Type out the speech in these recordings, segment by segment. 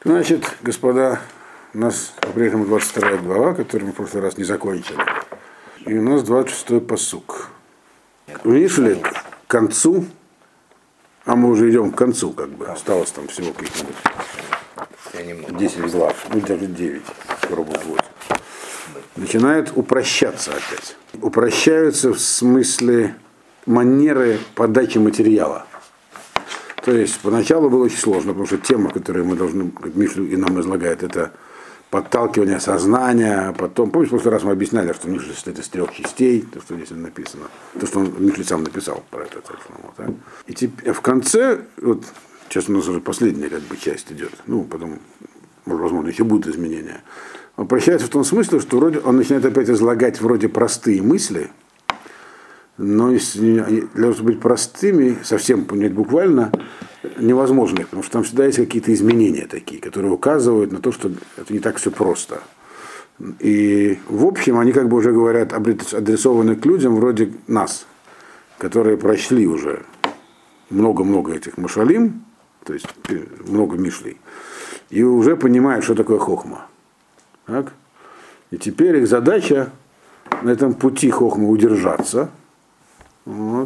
Значит, господа, у нас по-прежнему 22 глава, которую мы в прошлый раз не закончили. И у нас 26-й пасук. Вышли к концу, а мы уже идем к концу, как бы. Осталось там всего каких-нибудь 10 глав, ну даже 9, скоро будет 8. Начинает упрощаться опять. Упрощаются в смысле манеры подачи материала. То есть поначалу было очень сложно, потому что тема, которую мы должны, как Мишлю и нам излагает, это подталкивание сознания, а потом, помните, в прошлый раз мы объясняли, что Мишлю состоит из 3 частей, то, что здесь написано, то, что Мишлю сам написал про это. Вот, и теперь, в конце, вот, сейчас у нас уже последняя как бы, часть идет, ну, потом, возможно, еще будут изменения. Он прощается в том смысле, что вроде он начинает опять излагать вроде простые мысли, но для того, чтобы быть простыми, совсем понять буквально, невозможно, потому что там всегда есть какие-то изменения такие, которые указывают на то, что это не так все просто. И в общем они как бы уже говорят, адресованы к людям вроде нас, которые прочли уже много-много этих машалим, то есть много мишлей, и уже понимают, что такое хохма. Так? И теперь их задача на этом пути хохмы удержаться. Вот.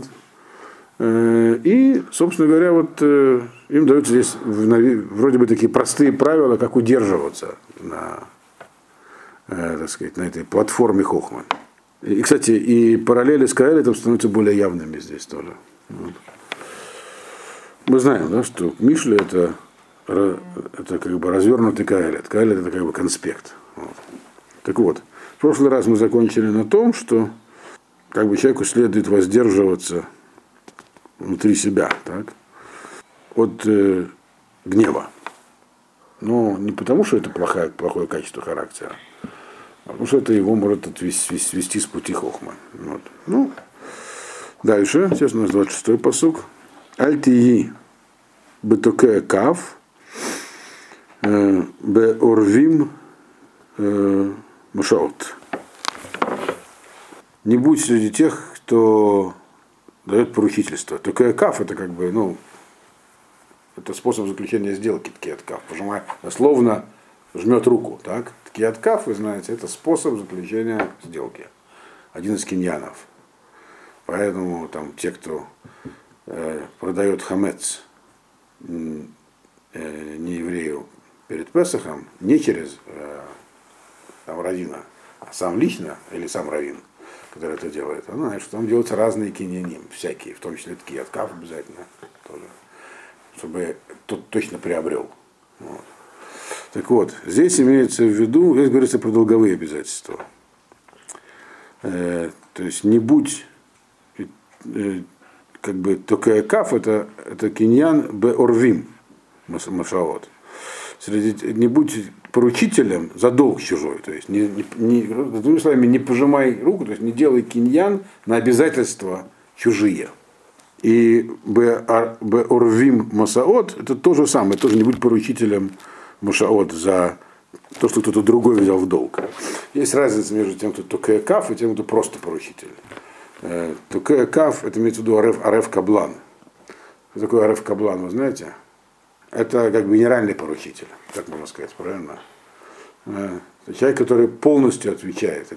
И, собственно говоря, вот им даются здесь вроде бы такие простые правила, как удерживаться на, так сказать, на этой платформе хохмы. И, кстати, и параллели с Каэлитом становятся более явными здесь тоже. Вот. Мы знаем, да, что Мишля это как бы развернутый Каэлит. Каэлит это как бы конспект. Вот. Так вот, в прошлый раз мы закончили на том, что как бы человеку следует воздерживаться внутри себя, так, от гнева. Но не потому, что это плохое качество характера, а потому что это его может свести с пути хохмы. Вот. Ну, дальше, сейчас у нас 26-й пасук. Аль-Тии бетоке кав беорвим мушаот. Не будь среди тех, кто дает поручительство. Такая каф это как бы, ну, это способ заключения сделки, ткият каф. Пожимая, дословно жмет руку, так? Ткият каф, вы знаете, это способ заключения сделки. Один из киньянов. Поэтому там те, кто продает хамец не еврею перед Песахом, не через там раввина, а сам лично или сам раввин, который это делает, он знает, что там делаются разные киньяним, всякие, в том числе такие откав обязательно, тоже, чтобы тот точно приобрел. Вот. Так вот, здесь имеется в виду, здесь говорится про долговые обязательства. То есть не будь, как бы, только каф, это киньян беорвим машаот. Не будь поручителем за долг чужой, то есть другими словами, не пожимай руку, то есть не делай киньян на обязательства чужие. И беорвим масаот это то же самое, тоже не будь поручителем машаот за то, что кто-то другой взял в долг. Есть разница между тем, кто только каф, и тем, кто просто поручитель. Только каф, это имеется в виду ареф каблан. Что такое ареф каблан, вы знаете? Это как бы генеральный поручитель, так можно сказать, правильно? Это человек, который полностью отвечает.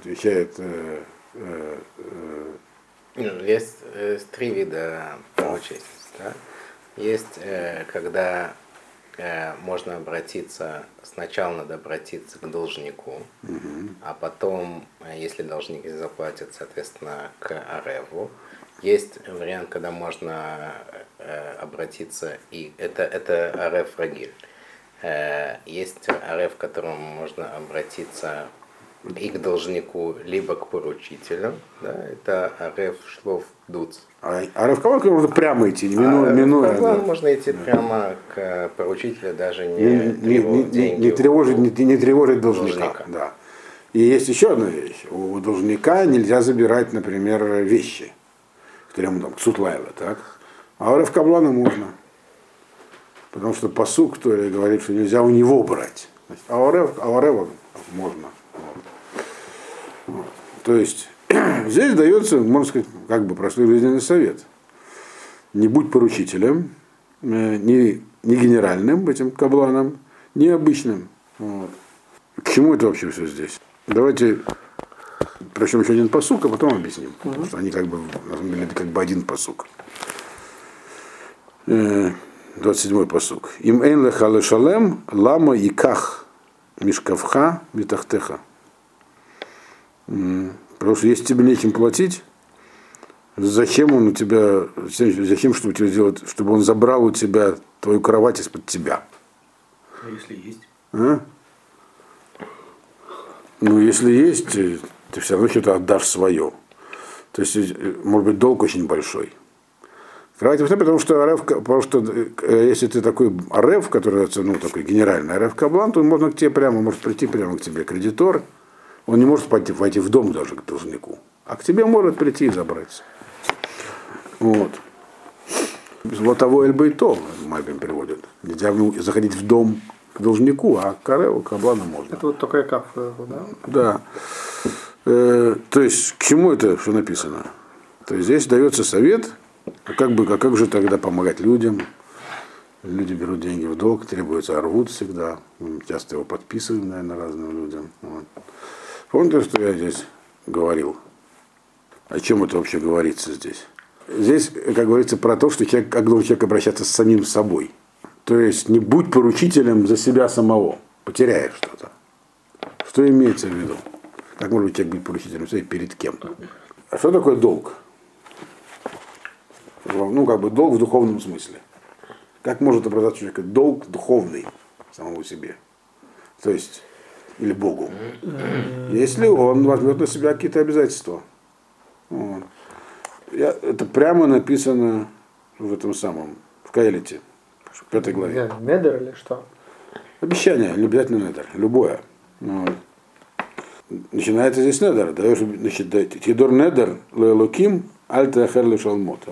Есть 3 вида поручительства. Да? Есть, когда можно обратиться, сначала надо обратиться к должнику, а потом, если должник не заплатит, соответственно, к ареву. Есть вариант, когда можно обратиться, и это арев рагиль. Есть арев, к которому можно обратиться и к должнику, либо к поручителю. Да, это арев шлов дуц. Арев кого можно прямо идти, минуя. Можно идти прямо к поручителю, даже не тревожить должника. Да. И есть еще одна вещь. У должника нельзя забирать, например, вещи. Сутлайла, так? А арев каблана можно. Потому что пасук, который говорит, что нельзя у него брать. А арев можно. Вот. То есть здесь дается, можно сказать, как бы простой жизненный совет. Не будь поручителем, не генеральным этим кабланом, необычным. Вот. К чему это вообще все здесь? Давайте прочтем еще один пасук, а потом объясним. Потому что они как бы, на самом деле, это как бы один пасук. 27-й пасук. Им эйн леха лешалем лама иках мишкавха митахтеха. Потому что если тебе нечем платить, зачем он у тебя, зачем что у тебя делать, чтобы он забрал у тебя твою кровать из-под тебя? А если есть? А? Ну, если есть, ты все равно что-то отдашь свое. То есть, может быть, долг очень большой. Кровать, потому что если ты такой ареф, который, ну, такой генеральный ареф каблан, то он можно к тебе прямо, может прийти прямо к тебе кредитор. Он не может войти в дом даже к должнику. А к тебе может прийти и забрать. Вот. Злотовой эльбейто, Мальбим переводит. Нельзя заходить в дом к должнику, а к арефу каблану можно. Это вот только Экав, да? Да. То есть, к чему это все написано? То есть, здесь дается совет, а как же тогда помогать людям? Люди берут деньги в долг, требуется, рвут всегда. Мы часто его подписываем, наверное, разным людям. Вот. Помните, что я здесь говорил? О чем это вообще говорится здесь? Здесь, как говорится, про то, что человек, как должен человек обращаться с самим собой. То есть, не будь поручителем за себя самого, потеряешь что-то. Что имеется в виду? Как может быть человек быть поручителем перед кем? А что такое долг? Ну, как бы долг в духовном смысле. Как может образоваться у человека долг духовный самому себе? То есть, или Богу. Если он возьмет на себя какие-то обязательства. Вот. Это прямо написано в этом самом, в Каэлите, в 5 главе. Недер или что? Обещание, не обязательно недер, любое. Вот. Начинается здесь недер. Значит, Тидор недер лелоким альта херли шалмот.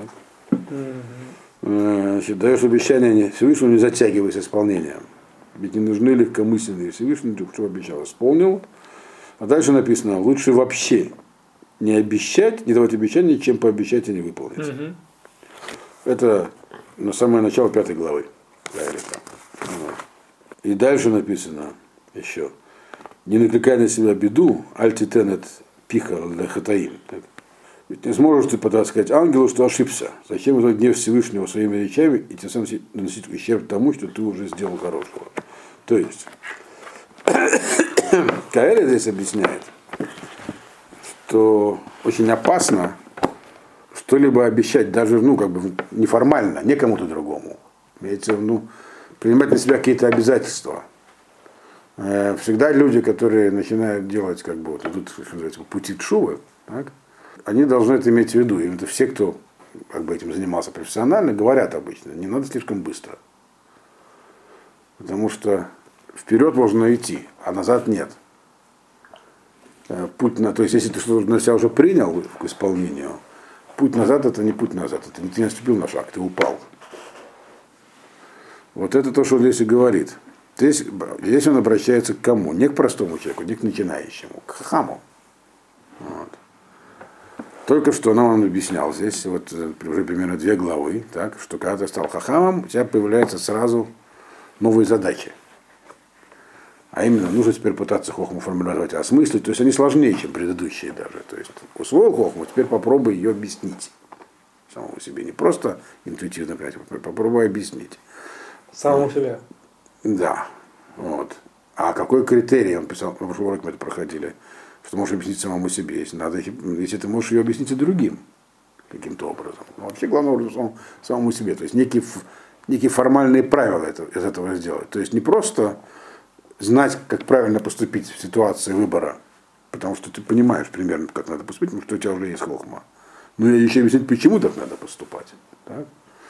Значит, даешь обещание Всевышнему, не затягивай с исполнением. Ведь не нужны легкомысленные Всевышнему, что обещал, исполнил. А дальше написано, лучше вообще не обещать, не давать обещания, чем пообещать и не выполнить. Это на самое начало 5 главы. И дальше написано еще, не накликай на себя беду, альтитенет пиха лехатаим. Ведь не сможешь ты потом сказать ангелу, что ошибся. Зачем вызвать гнев Всевышнего своими речами и тем самым наносить ущерб тому, что ты уже сделал хорошего. То есть, Каэль здесь объясняет, что очень опасно что-либо обещать, даже как бы неформально, не кому-то другому. Имеется в виду, принимать на себя какие-то обязательства. Всегда люди, которые начинают делать, как бы, вот идут, что называется, по пути тшувы, так, они должны это иметь в виду. И это все, кто как бы этим занимался профессионально, говорят обычно, не надо слишком быстро. Потому что вперед можно идти, а назад нет. То есть, если ты что-то на себя уже принял к исполнению, путь назад это не путь назад, это не ты наступил на шаг, ты упал. Вот это то, что он здесь и говорит. Здесь он обращается к кому? Не к простому человеку, не к начинающему, к хахаму. Вот. Только что нам он объяснял здесь, вот уже примерно 2 главы, так, что когда ты стал хахамом, у тебя появляются сразу новые задачи. А именно, нужно теперь пытаться хохму формулировать, осмыслить, то есть они сложнее, чем предыдущие даже. То есть усвоил хохму, теперь попробуй ее объяснить самому себе. Не просто интуитивно понять, попробуй объяснить. Самому себе. Да. Вот. А какой критерий, он писал, на прошлом уроке мы это проходили, что можешь объяснить самому себе, если ты можешь ее объяснить и другим каким-то образом. Но вообще главное образом самому себе. То есть некие формальные правила из этого сделать. То есть не просто знать, как правильно поступить в ситуации выбора, потому что ты понимаешь примерно, как надо поступить, потому что у тебя уже есть хохма. Но еще объяснить, почему так надо поступать. Так?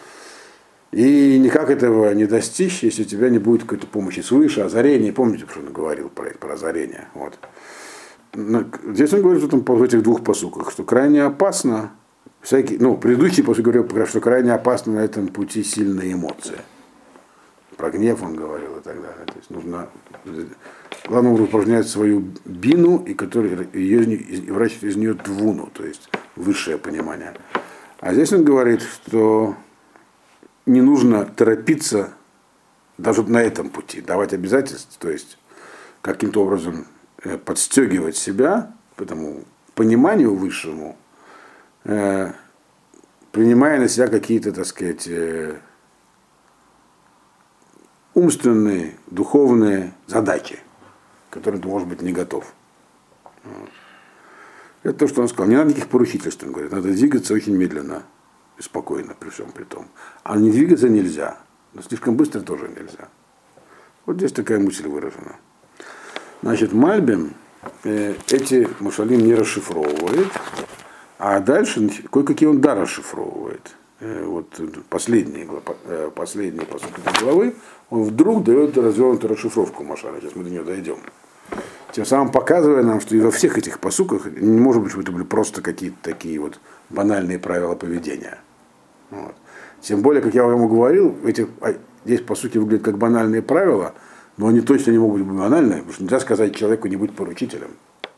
И никак этого не достичь, если у тебя не будет какой-то помощи свыше, озарения. Помните, что он говорил про озарение? Вот. Здесь он говорит в этих 2 пасуках, что крайне опасно, предыдущий пасук говорил, что крайне опасно на этом пути сильные эмоции. Про гнев он говорил и так далее. То есть нужно, главное, упражнять свою бину и вращать из нее твуну, то есть высшее понимание. А здесь он говорит, что не нужно торопиться даже на этом пути давать обязательства, то есть каким-то образом подстегивать себя к этому пониманию высшему, принимая на себя какие-то, так сказать, умственные, духовные задачи, к которым ты, может быть, не готов. Это то, что он сказал. Не надо никаких поручительств, он говорит. Надо двигаться очень медленно и спокойно, при всем при том. А не двигаться нельзя. Но слишком быстро тоже нельзя. Вот здесь такая мысль выражена. Значит, Мальбим эти Мушалим не расшифровывает, а дальше кое-какие он да расшифровывает. Вот последний посуд этой главы, он вдруг дает развернутую расшифровку Машаля. Сейчас мы до нее дойдем. Тем самым показывая нам, что и во всех этих посуках не может быть, что это были просто какие-то такие вот банальные правила поведения. Вот. Тем более, как я вам говорил, здесь по сути выглядят как банальные правила, но они точно не могут быть банальными, потому что нельзя сказать человеку не быть поручителем.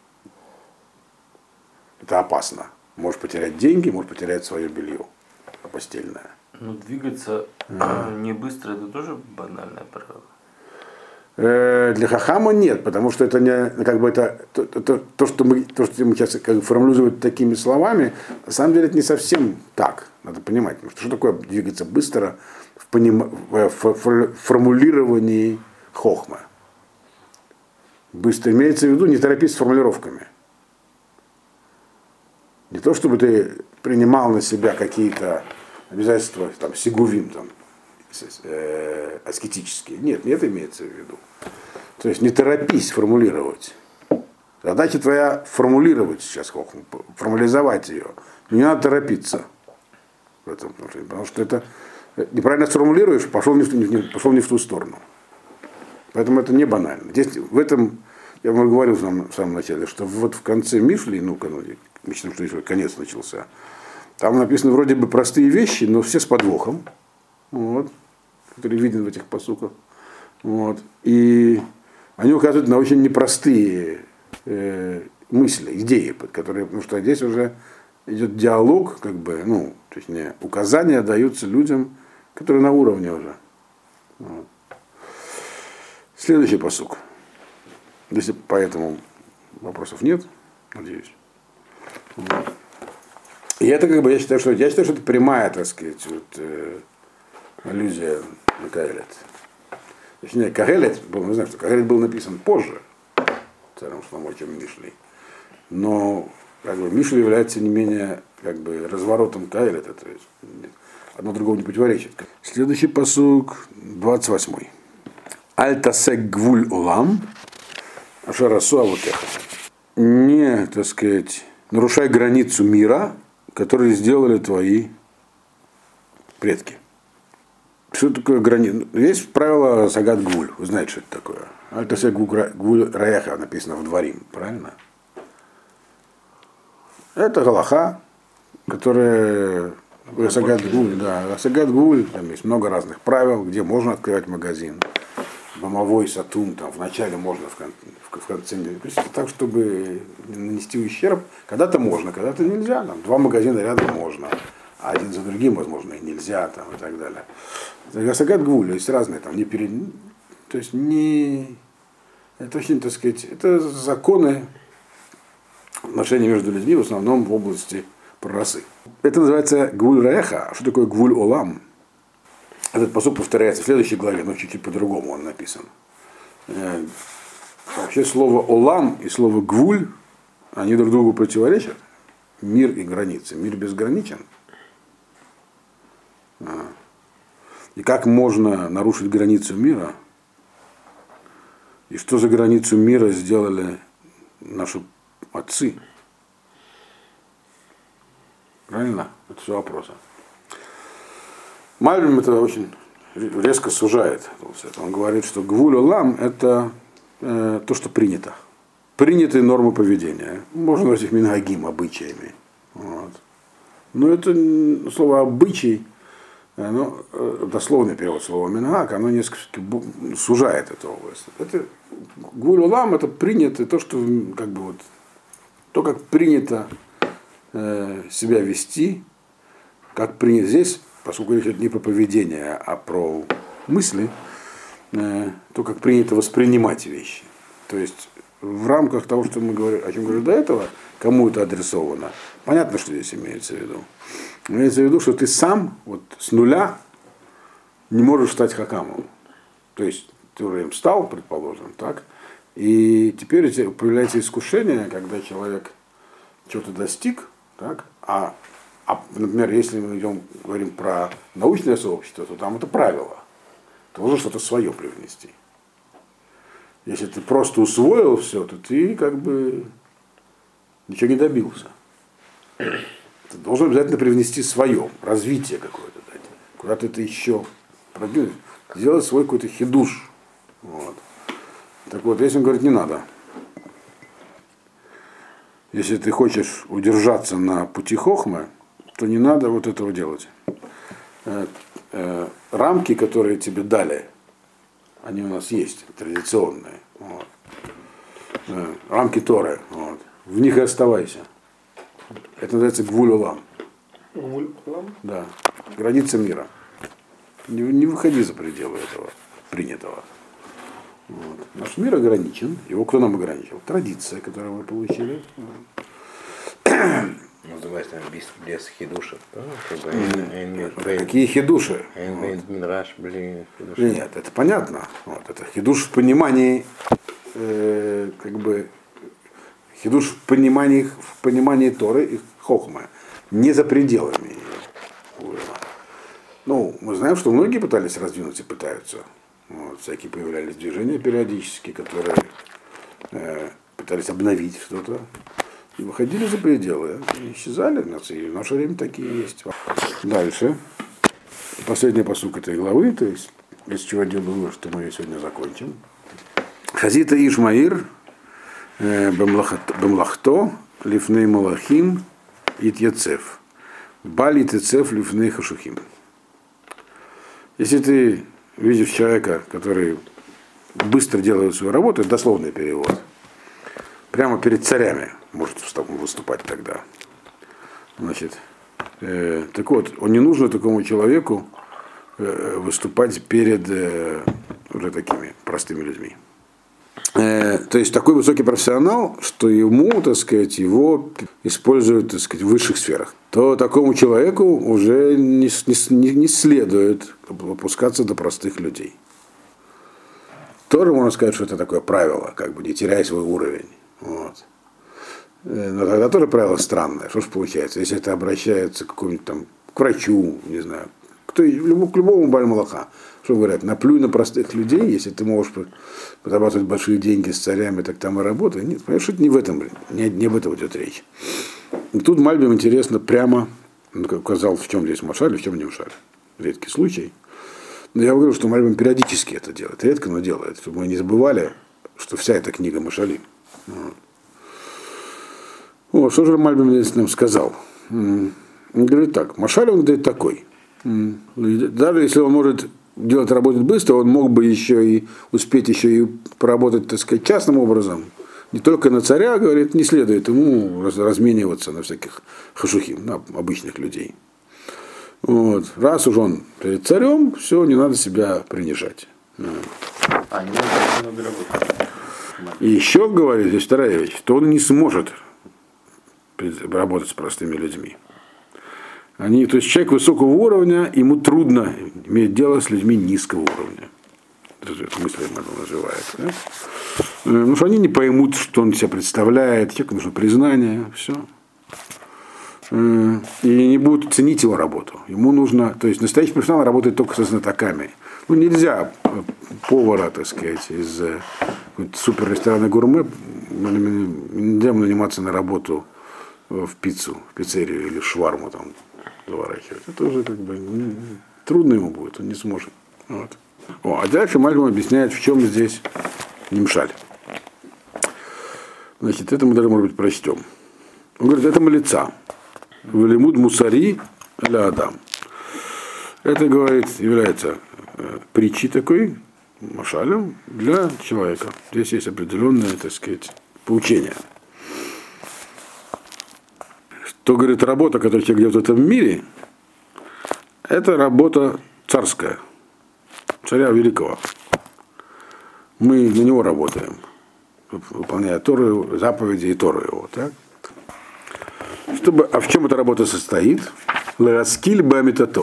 Это опасно. Можешь потерять деньги, можешь потерять свое белье постельное. Ну, двигаться не быстро, это тоже банальное правило. Для Хахама нет, потому что это не как бы это то, что мы сейчас как бы формулируем такими словами, на самом деле это не совсем так. Надо понимать, что такое двигаться быстро в формулировании хохма. Быстро имеется в виду не торопись с формулировками. Не то, чтобы ты принимал на себя какие-то обязательства, там, сигувим, там, аскетические. Нет, не это имеется в виду. То есть не торопись формулировать. Задача твоя формулировать сейчас хохму, формализовать ее. Но не надо торопиться в этом, потому что это неправильно сформулируешь, пошел не в ту сторону. Поэтому это не банально. Здесь в этом, я вам говорил в самом начале, что вот в конце Мишли, мы считаем, что еще конец начался, там написаны вроде бы простые вещи, но все с подвохом, вот, который виден в этих посуках. Вот. И они указывают на очень непростые мысли, идеи, потому что здесь уже идет диалог, как бы, то есть не указания даются людям, которые на уровне уже. Вот. Следующий посук. Если поэтому вопросов нет, надеюсь. Вот. И это как бы я считаю, что это прямая, так сказать, аллюзия на Каэлет. Точнее, Каэлет был, мы знаем, что Каэлет был написан позже царем Шломо, чем Мишли. Но как бы Мишли является не менее как бы разворотом Каэлета, то есть одно другому не противоречит. Следующий пасук, 28. Аль-Тасек Гвуль Олам, Ашарасу Авутеха. Не, так сказать, нарушай границу мира, который сделали твои предки. Что такое граница? Есть правило Сагат Гвуль. Вы знаете, что это такое? Аль-Тасек Гвуль Раеха написано в Дворим, правильно? Это галаха, которая Сагат Гвуль, да. Сагат Гвуль, там есть много разных правил, где можно открывать магазин. Бомовой сатум, там вначале можно, в конце не. Так, чтобы не нанести ущерб. Когда-то можно, когда-то нельзя. Там, 2 магазина рядом можно, а один за другим, возможно, и нельзя, там, и так далее. Сагат Гвуль, есть разные, там, то есть не. Это очень, так сказать, это законы отношений между людьми, в основном в области проросы. Это называется Гвуль Раеха. А что такое Гвуль Олам? Этот посук повторяется в следующей главе, но чуть-чуть по-другому он написан. Вообще слово «олам» и слово «гвуль», они друг другу противоречат. Мир и границы. Мир безграничен. И как можно нарушить границу мира? И что за границу мира сделали наши отцы? Правильно? Это все вопросы. Мальбим это очень резко сужает. Он говорит, что гвуль олам это то, что принято. Принятые нормы поведения. Можно назвать их минагим, обычаями. Вот. Но это слово обычай, дословный перевод слова минаг, оно несколько сужает эту область. Это гвуль олам это принято, то, что как бы вот то, как принято себя вести, как принято здесь. Поскольку речь идет не про поведение, а про мысли, то, как принято воспринимать вещи. То есть в рамках того, что мы говорим, о чем говорили до этого, кому это адресовано, понятно, что здесь имеется в виду. Имеется в виду, что ты сам вот с нуля не можешь стать хакамом. То есть ты уже им стал, предположим, так? И теперь у тебя появляется искушение, когда человек чего-то достиг, так? Например, если мы говорим про научное сообщество, то там это правило. Ты должен что-то свое привнести. Если ты просто усвоил все, то ты как бы ничего не добился. Ты должен обязательно привнести свое, развитие какое-то дать. Куда-то это еще продвинуть, сделать свой какой-то хидуш. Вот. Так вот, если он говорит, не надо. Если ты хочешь удержаться на пути хохмы, то не надо вот этого делать. Рамки, которые тебе дали, они у нас есть, традиционные. Вот. Рамки Торы. Вот. В них и оставайся. Это называется гвуль-улам. Гвуль-улам? Да. Граница мира. Не выходи за пределы этого принятого. Вот. Наш мир ограничен. Его кто нам ограничил? Традиция, которую мы получили. Ну, с другой стороны, без хидушев. Какие хидуши? Мидраш, блин, хидуши. Нет, это понятно. Вот, это хидуш в понимании, хидуш в понимании Торы и хохмы. Не за пределами ее. Ну, мы знаем, что многие пытались раздвинуть и пытаются. Вот, всякие появлялись движения периодически, которые пытались обновить что-то. И выходили за пределы, и исчезали. И в наше время такие есть. Дальше. Последний пасук этой главы, то есть, из чего делаю вывод, что мы ее сегодня закончим. Хазита Ишмаир, Бемлахто, Лифней Малахим, Итьяцев. Бали Тецев, Лифней Хашухим. Если ты видишь человека, который быстро делает свою работу, это дословный перевод, прямо перед царями может выступать тогда. Значит, так вот, не нужно такому человеку выступать перед уже такими простыми людьми. То есть такой высокий профессионал, что ему, так сказать, его используют, так сказать, в высших сферах, то такому человеку уже не следует опускаться до простых людей. Тоже можно сказать, что это такое правило, как бы не теряй свой уровень. Вот. Но тогда тоже правило странное. Что ж получается, если это обращается к какому-нибудь там, к врачу, не знаю, к любому баль-малаха, что говорят, наплюй на простых людей, если ты можешь зарабатывать большие деньги с царями, так там и работай. Нет, понимаешь, это не об этом идет речь. И тут Мальбим интересно прямо указал, в чем здесь машаль, в чем не машаль. Редкий случай. Но я говорю, что Мальбим периодически это делает. Редко, но делает, чтобы мы не забывали, что вся эта книга машалим. Вот, что же Мальбим здесь нам сказал? Он говорит так, машаль он говорит такой. Даже если он может делать, работать быстро, он мог бы еще и успеть еще и поработать, так сказать, частным образом. Не только на царя, говорит, не следует ему размениваться на всяких хашухим, на обычных людей. Вот. Раз уж он перед царем, все, не надо себя принижать. Не надо работать. И еще говорит, здесь вторая вещь, что он не сможет работать с простыми людьми. То есть человек высокого уровня, ему трудно иметь дело с людьми низкого уровня. Мысль ему называет. Да? Потому что они не поймут, что он себя представляет, человеку нужно признание, все. И не будут ценить его работу. Ему нужно, то есть настоящий профессионал работает только со знатоками. Ну, нельзя повара, так сказать, из супер ресторана гурме, нельзя наниматься на работу в пиццерию или шварму там заворачивать. Это уже как бы трудно ему будет, он не сможет. Вот. А дальше Мальбим объясняет, в чем здесь нимшаль. Значит, это мы даже, может быть, прочтем. Он говорит, это малица. Велимуд мусари ля адам. Это, говорит, является притчей такой, машалем, для человека. Здесь есть определенное, так сказать, поучение. Что, говорит, работа, которую человек делает в этом мире, это работа царская, царя великого. Мы на него работаем, выполняя Тору, заповеди и Тору его. Так? А в чем эта работа состоит? Лараскиль бамитато.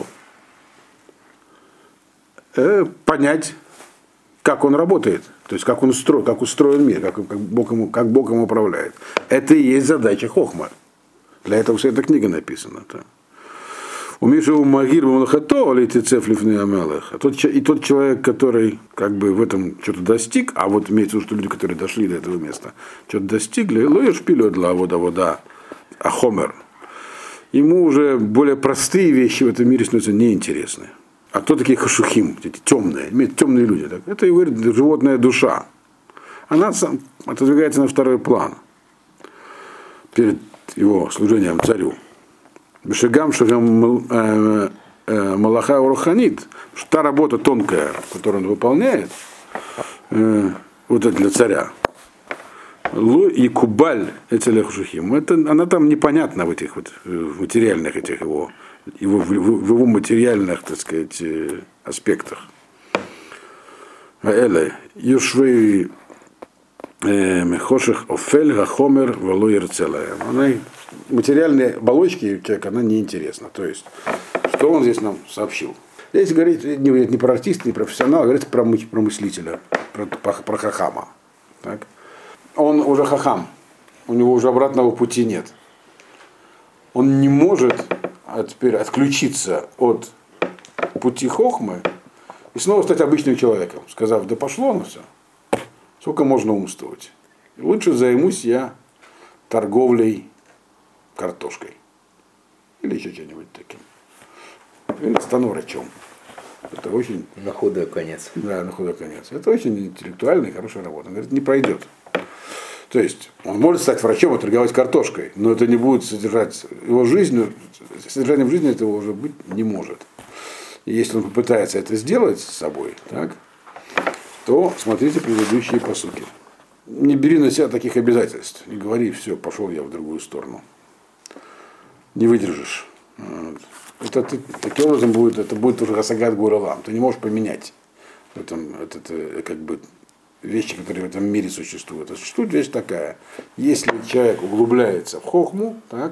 Понять, как он работает, то есть как устроен мир, как Бог им управляет. Это и есть задача хохма. Для этого вся эта книга написана. У Мишева Магир Мулахато, Алейтицеф Лифны Амелах. И тот человек, который как бы в этом что-то достиг, а вот имеется в виду, что люди, которые дошли до этого места, что-то достигли, лоешь пилет для вода, ахомер. Ему уже более простые вещи в этом мире становятся неинтересны. А кто такие хашухим, эти темные люди? Так? Это, говорит, животная душа. Она отодвигается на второй план перед его служением царю. Бешегам шагам малаха уруханит, что та работа тонкая, которую он выполняет, вот это для царя. Лу и кубаль эти хашухим. Она там непонятна в этих вот материальных этих в его материальных, так сказать, аспектах. Эле юшвей мехоших офель гахомер валу ерцелаем. Она материальные оболочки человека, она неинтересна. То есть, что он здесь нам сообщил? Здесь говорит не про артиста, не про профессионала, говорит про мыслителя, про хахама. Так? Он уже хахам, у него уже обратного пути нет. Он не может теперь отключиться от пути хохмы и снова стать обычным человеком, сказав, да пошло оно все, сколько можно умствовать. Лучше займусь я торговлей картошкой. Или еще чем-нибудь таким. Или стану врачом. Это очень... На худой конец. Да, на худой конец. Это очень интеллектуальная и хорошая работа. Он говорит, не пройдет. То есть он может стать врачом и торговать картошкой, но это не будет содержать его жизнь, содержанием жизни этого уже быть не может. И если он попытается это сделать с собой, так, то смотрите предыдущие пасуки. Не бери на себя таких обязательств. Не говори, все, пошел я в другую сторону. Не выдержишь. Это таким образом будет, это будет уже Хасагат Гуралам. Ты не можешь поменять как бы вещи, которые в этом мире существуют. А существует вещь такая. Если человек углубляется в хохму, так,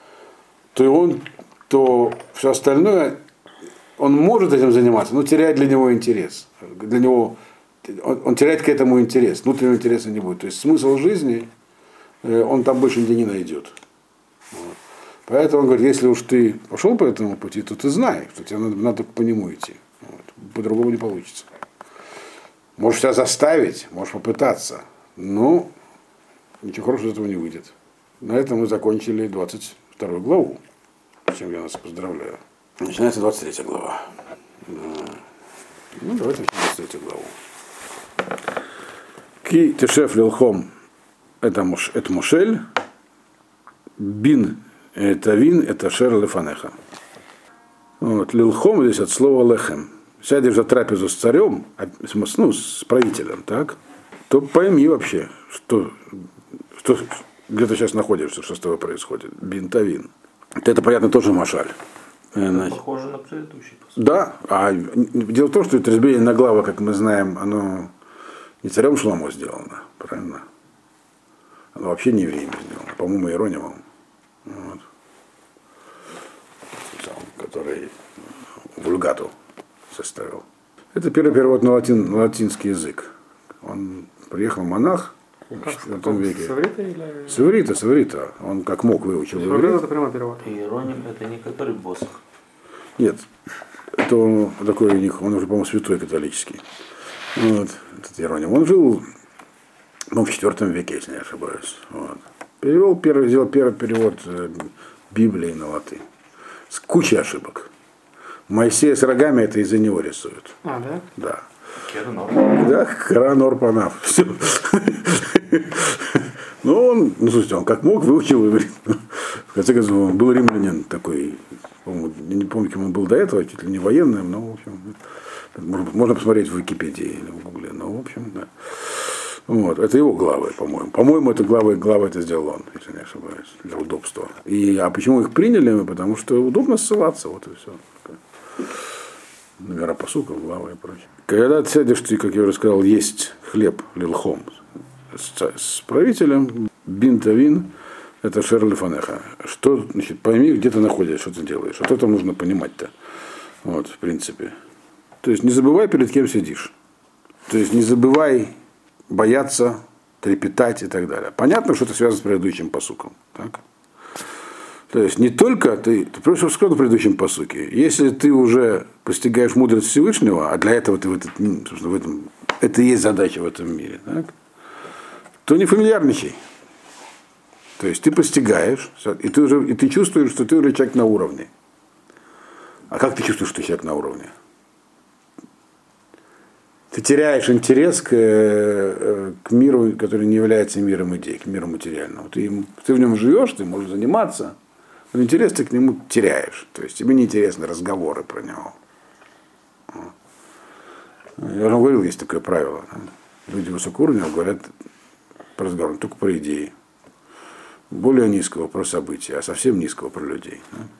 то все остальное он может этим заниматься, но теряет для него интерес. Для него он теряет к этому интерес. Внутреннего интереса не будет. То есть смысл жизни он там больше нигде не найдет. Вот. Поэтому он говорит, если уж ты пошел по этому пути, то ты знай, что тебе надо по нему идти. Вот. По-другому не получится. Можешь себя заставить, можешь попытаться, но ничего хорошего из этого не выйдет. На этом мы закончили 22 главу, с чем я нас поздравляю. Начинается 23 глава. Ну, давайте начнем 23 главу. Ки тешеф лилхом это мошель, бин это вин, это шер лефанеха. Вот, лилхом здесь от слова лехем. Сядешь за трапезу с царем, с правителем, так, то пойми вообще, что где ты сейчас находишься, что с тобой происходит. Бинтавин. Это, понятно, тоже машаль. Похоже на предыдущий посыл. Да, а дело в том, что это разбиение на главы, как мы знаем, оно не царем Шломо сделано, правильно? Оно вообще не евреями сделано, по-моему, Иеронимом. Вот. Который Вульгату составил. Это первый перевод на латинский язык. Он приехал монах в IV веке. С иврита. Он как мог выучил иврит. Это прямой перевод. Иероним это не который босс. Нет. Это он такой у них, он уже, по-моему, святой католический. Вот. Этот Иероним. Он жил, в IV веке, если не ошибаюсь. Вот. Сделал первый перевод Библии на латынь. С кучей ошибок. Моисея с рогами это из-за него рисуют. А, да? Да. Кернор. Да, Кранор Панав. Все. Ну, слушайте, он как мог выучил иврит. В конце концов, он был римлянин такой, не помню, кем он был до этого, чуть ли не военным, но, в общем, можно посмотреть в Википедии или в Гугле, но, в общем, да. Вот, это его главы, по-моему. По-моему, это главы это сделал он, если не ошибаюсь, для удобства. А почему их приняли? Потому что удобно ссылаться, вот и все. номера посуков, главы и прочее. Когда ты сядешь, ты, как я уже сказал, есть хлеб лилхом с правителем, бинтавин, это шерли фанеха. Что, значит, пойми, где ты находишься, что ты делаешь. Вот это нужно понимать-то. Вот, в принципе. То есть не забывай, перед кем сидишь. То есть не забывай бояться, трепетать и так далее. Понятно, что это связано с предыдущим пасуком. Так? То есть не только ты просто сказал в предыдущем пасуке, если ты уже постигаешь мудрость Всевышнего, а для этого ты это и есть задача в этом мире, так? То не фамильярничай. То есть ты постигаешь, и ты чувствуешь, что ты уже человек на уровне. А как ты чувствуешь, что ты человек на уровне? Ты теряешь интерес к миру, который не является миром идей, к миру материальному. Ты в нем живешь, ты можешь заниматься, но интерес ты к нему теряешь. То есть тебе неинтересны разговоры про него. Я уже говорил, есть такое правило. Люди высокого уровня говорят про разговор только про идеи. Более низкого про события, а совсем низкого про людей.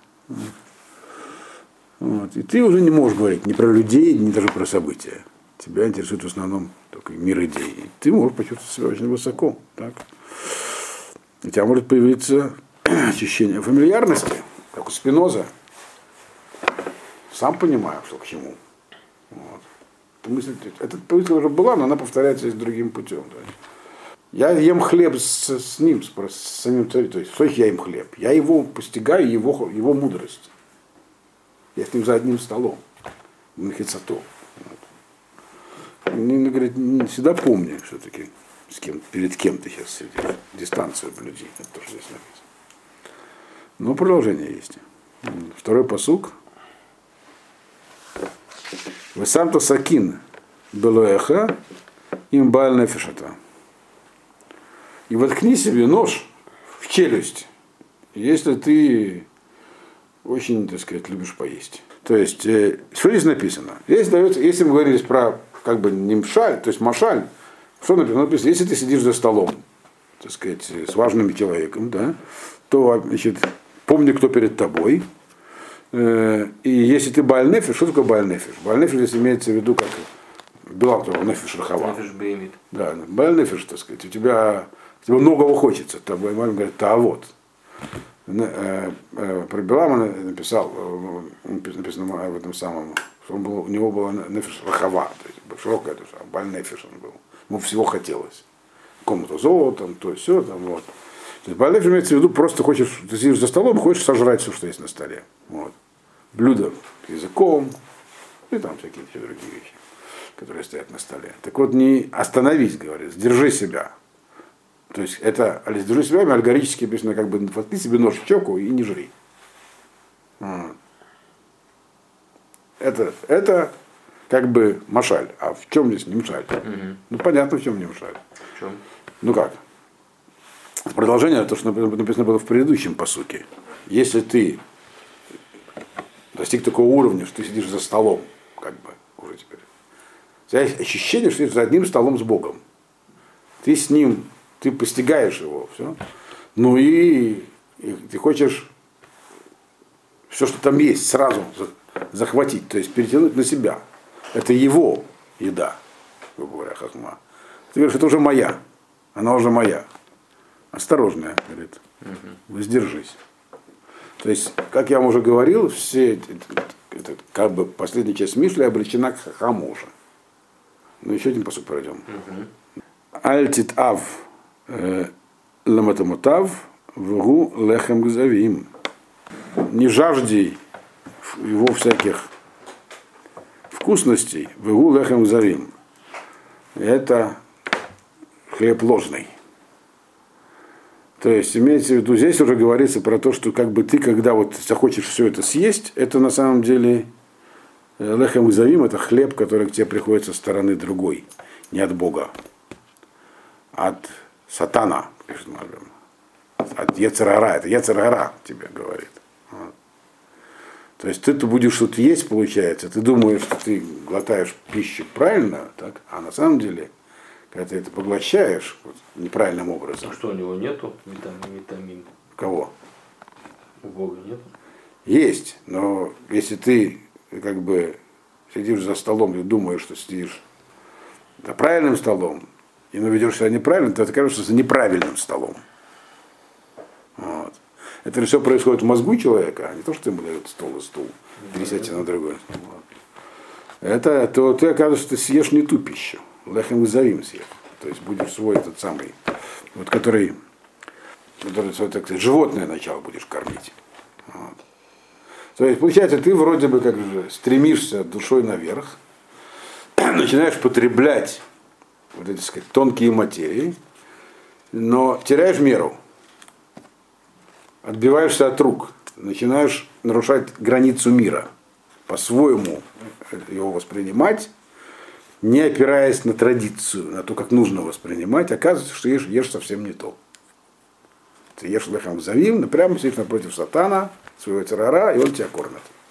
Вот. И ты уже не можешь говорить ни про людей, ни даже про события. Тебя интересует в основном только мир идей. И ты можешь почувствовать себя очень высоко. Так? У тебя может появиться ощущение фамильярности, как у Спиноза. Сам понимаю, что к чему. Вот. Эта мысль уже была, но она повторяется и с другим путем. Я ем хлеб с ним, с самим царем. То есть, что я ем хлеб? Я его постигаю, его мудрость. Я с ним за одним столом. Махицато. Он говорит, всегда помни все-таки, перед кем ты сейчас сидишь. Дистанцию блюди. Это тоже здесь написано. Но продолжение есть. Второй пасук. Весамто сакин белоэха им бааль нефешата. И воткни себе нож в челюсть, если ты очень, так сказать, любишь поесть. То есть, что здесь написано? Если мы говорили про как бы нимшаль, то есть машаль, что написано? Если ты сидишь за столом, так сказать, с важным человеком, да, то, значит, помни, кто перед тобой. И если ты бааль-нефиш, что такое бааль-нефиш? Бааль-нефиш здесь имеется в виду, как Билал, нефиш рахава. Нефиш беймит. Да, бааль-нефиш, так сказать, у тебя многого хочется. Мама говорит, а вот. Про Билама написано в этом самом, что у него была нефиш рахава, то есть широкая душа, бааль-нефиш он был. Ему всего хотелось. Комнату золотом, то есть все там, вот. То есть бааль-нефиш имеется в виду, просто хочешь, ты сидишь за столом, хочешь сожрать все, что есть на столе. Вот. Блюдо с языком, и там всякие еще другие вещи, которые стоят на столе. Так вот, не остановись, говорит, сдержи себя. То есть это сдержи себя, аллегорически написано, как бы воткни себе нож в щеку и не жри. Это как бы машаль. А в чем здесь не мшаль? Ну понятно, в чем не мшаль. В чем? Ну как? Продолжение то, что написано было в предыдущем пасуке. Если ты достиг такого уровня, что ты сидишь за столом, как бы уже теперь. У тебя есть ощущение, что ты за одним столом с Богом. Ты с ним, ты постигаешь его, все. Ну и ты хочешь все, что там есть, сразу захватить, то есть перетянуть на себя. Это его еда, грубо говоря, хахма. Ты говоришь, это уже моя, она уже моя. Осторожная, говорит, воздержись. То есть, как я вам уже говорил, это как бы последняя часть Мишли обречена к хахаму уже. Ну, еще один посуд пройдем. Альтит ав ламатамутав вгу лехем гзавим. Не жажди его всяких вкусностей, вгу лехем гзавим. Это хлеб ложный. То есть, имеется в виду, здесь уже говорится про то, что как бы ты, когда вот захочешь все это съесть, это на самом деле лехем гзавим, это хлеб, который к тебе приходит со стороны другой, не от Бога, от сатана, от Ецер-ара, это Ецер-ара тебе говорит. Вот. То есть ты будешь что-то есть, получается, ты думаешь, что ты глотаешь пищу правильно, так? А на самом деле, когда ты это поглощаешь вот, неправильным образом. А что, у него нету витамин? Кого? У Бога нету? Есть, но если ты как бы сидишь за столом и думаешь, что сидишь за правильным столом, и ведешь себя неправильно, то ты окажешься за неправильным столом. Вот. Это все происходит в мозгу человека, а не то, что ему дают стол и стул, пересядьте на другой. Вот. Это то ты оказывается, ты съешь не ту пищу. Лехем вызовим съешь. То есть будешь свой этот самый, вот который так сказать, животное начало будешь кормить. Вот. То есть, получается, ты вроде бы как же стремишься душой наверх, начинаешь потреблять вот эти, так сказать, тонкие материи, но теряешь меру, отбиваешься от рук, начинаешь нарушать границу мира, по-своему его воспринимать, не опираясь на традицию, на то, как нужно воспринимать, оказывается, что ешь совсем не то. Ты ешь лехам завим, прямо сидишь напротив сатана, своего царара, и он тебя кормит.